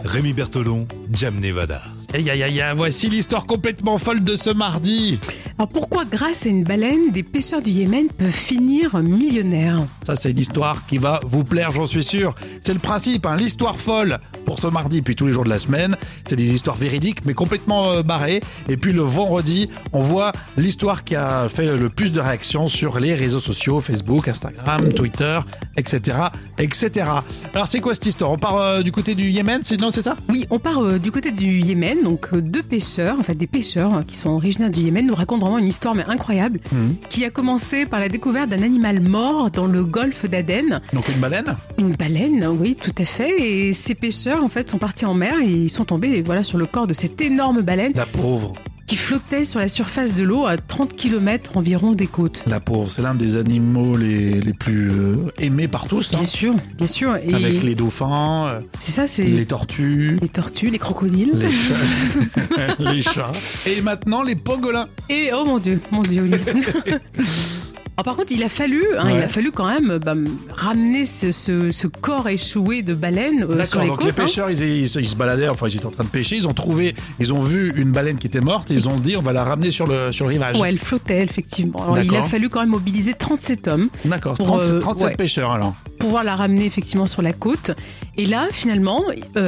Rémi Bertolon, Jam Nevada. Aïe aïe aïe, voici l'histoire complètement folle de ce mardi. Alors pourquoi, grâce à une baleine, des pêcheurs du Yémen peuvent finir millionnaires? Ça, c'est une histoire qui va vous plaire, j'en suis sûr. C'est le principe, l'histoire folle pour ce mardi, puis tous les jours de la semaine. C'est des histoires véridiques, mais complètement barrées. Et puis le vendredi, on voit l'histoire qui a fait le plus de réactions sur les réseaux sociaux, Facebook, Instagram, Twitter, etc., etc. Alors c'est quoi cette histoire? On part du côté du Yémen, sinon c'est ça? Oui, on part du côté du Yémen. Donc deux pêcheurs, en fait des pêcheurs qui sont originaires du Yémen, nous racontent vraiment une histoire mais incroyable, qui a commencé par la découverte d'un animal mort dans le golfe d'Aden. Donc une baleine? Une baleine, oui, tout à fait. Et ces pêcheurs, en fait, sont partis en mer et ils sont tombés, voilà, sur le corps de cette énorme baleine La pauvre. qui flottait sur la surface de l'eau à 30 km environ des côtes. La pauvre, c'est l'un des animaux les plus aimés par tous. Bien sûr, bien sûr. Et Avec les dauphins, c'est ça, c'est les tortues, les tortues, les crocodiles. les chats, les chats. Et maintenant les pangolins. Et oh mon Dieu, Olivier. Alors par contre, il a fallu quand même ramener ce corps échoué de baleine sur D'accord, les donc côtes. les pêcheurs, ils se baladaient, enfin ils étaient en train de pêcher, ils ont vu une baleine qui était morte et ils ont dit on va la ramener sur le rivage. Ouais, elle flottait effectivement. Alors, il a D'accord. fallu quand même mobiliser 37 hommes D'accord, pour, 37 ouais. pêcheurs alors. pouvoir la ramener effectivement sur la côte. Et là, finalement,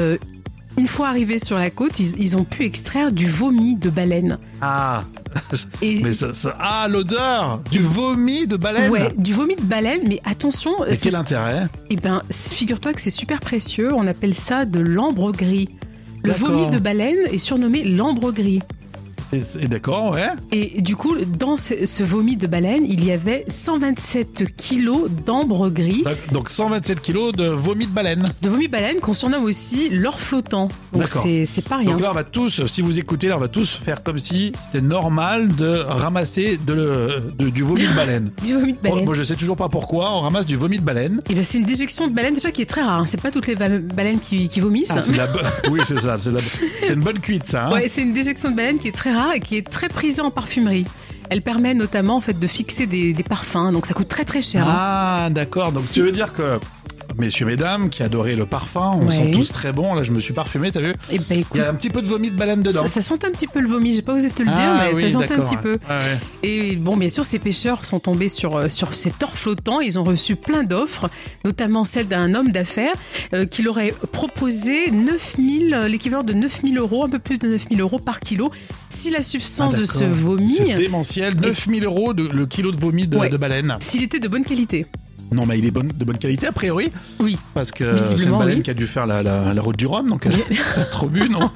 une fois arrivés sur la côte, ils ont pu extraire du vomi de baleine. Ah, Et mais l'odeur du vomi de baleine. ouais, du vomi de baleine, mais attention. Et quel intérêt? Eh ben, figure-toi que c'est super précieux. On appelle ça de l'ambre gris. Le D'accord. vomi de baleine est surnommé l'ambre gris. Et d'accord, ouais. Et du coup, dans ce vomi de baleine, il y avait 127 kilos d'ambre gris. Donc 127 kilos de vomi de baleine. De vomi de baleine qu'on surnomme aussi l'or flottant. Donc D'accord. c'est pas rien. Donc là, on va tous, si vous écoutez, là, on va tous faire comme si c'était normal de ramasser du vomi de baleine. Du vomi de baleine. Moi, je sais toujours pas pourquoi on ramasse du vomi de baleine. Et ben, c'est une déjection de baleine déjà qui est très rare. C'est pas toutes les baleines qui vomissent. Ah, c'est de la oui, c'est ça. C'est une bonne cuite, ça. Ouais, c'est une déjection de baleine qui est très rare et qui est très prisée en parfumerie. Elle permet notamment en fait de fixer des parfums, donc ça coûte très très cher. Ah, d'accord. Donc tu veux dire que messieurs, mesdames, qui adoraient le parfum, on Ouais. sent tous très bon. Là, je me suis parfumé, t'as vu? Et ben Il écoute, y a un petit peu de vomi de baleine dedans. ça sentait un petit peu le vomi. J'ai pas osé te le dire, mais oui, ça sentait un d'accord, petit peu. ouais. Ouais. Et bon, bien sûr, ces pêcheurs sont tombés sur cet or flottant. Ils ont reçu plein d'offres, notamment celle d'un homme d'affaires qui leur aurait proposé l'équivalent de 9 000 euros, un peu plus de 9 000 euros par kilo, si la substance de ce D'accord. vomi, C'est démentiel. 9 000 euros le kilo de vomi Ouais. de baleine. s'il était de bonne qualité. Non, mais il est de bonne qualité, a priori. Oui. Parce que c'est une Visiblement, baleine oui. qui a dû faire la route du Rhum, donc trop bu, non?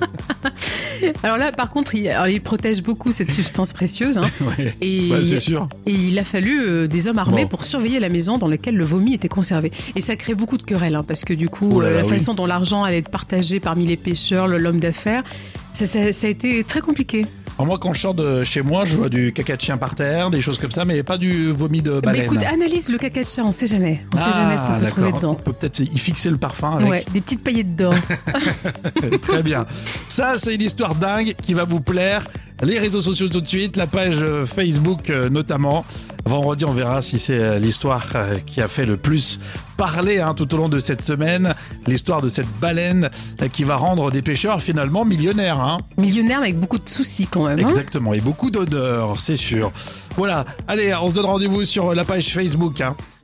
Alors là, par contre, il protège beaucoup cette substance précieuse. Ouais. Et, Ouais, c'est sûr. et il a fallu des hommes armés Bon. pour surveiller la maison dans laquelle le vomi était conservé. Et ça crée beaucoup de querelles, parce que du coup, Oh là là, la oui. façon dont l'argent allait être partagé parmi les pêcheurs, l'homme d'affaires, ça a été très compliqué. Alors moi, quand je sors de chez moi, je vois du caca de chien par terre, des choses comme ça, mais pas du vomi de Bah baleine. écoute, analyse le caca de chat, on sait jamais. On sait jamais ce qu'on peut trouver d'accord. dedans. On peut peut-être y fixer le parfum avec. Ouais, des petites paillettes d'or. Très bien. Ça, c'est une histoire dingue qui va vous plaire. Les réseaux sociaux tout de suite, la page Facebook notamment. Vendredi, on verra si c'est l'histoire qui a fait le plus parler tout au long de cette semaine. L'histoire de cette baleine qui va rendre des pêcheurs finalement millionnaires. Millionnaire mais avec beaucoup de soucis quand même. Exactement, et beaucoup d'odeur, c'est sûr. Voilà, allez, on se donne rendez-vous sur la page Facebook.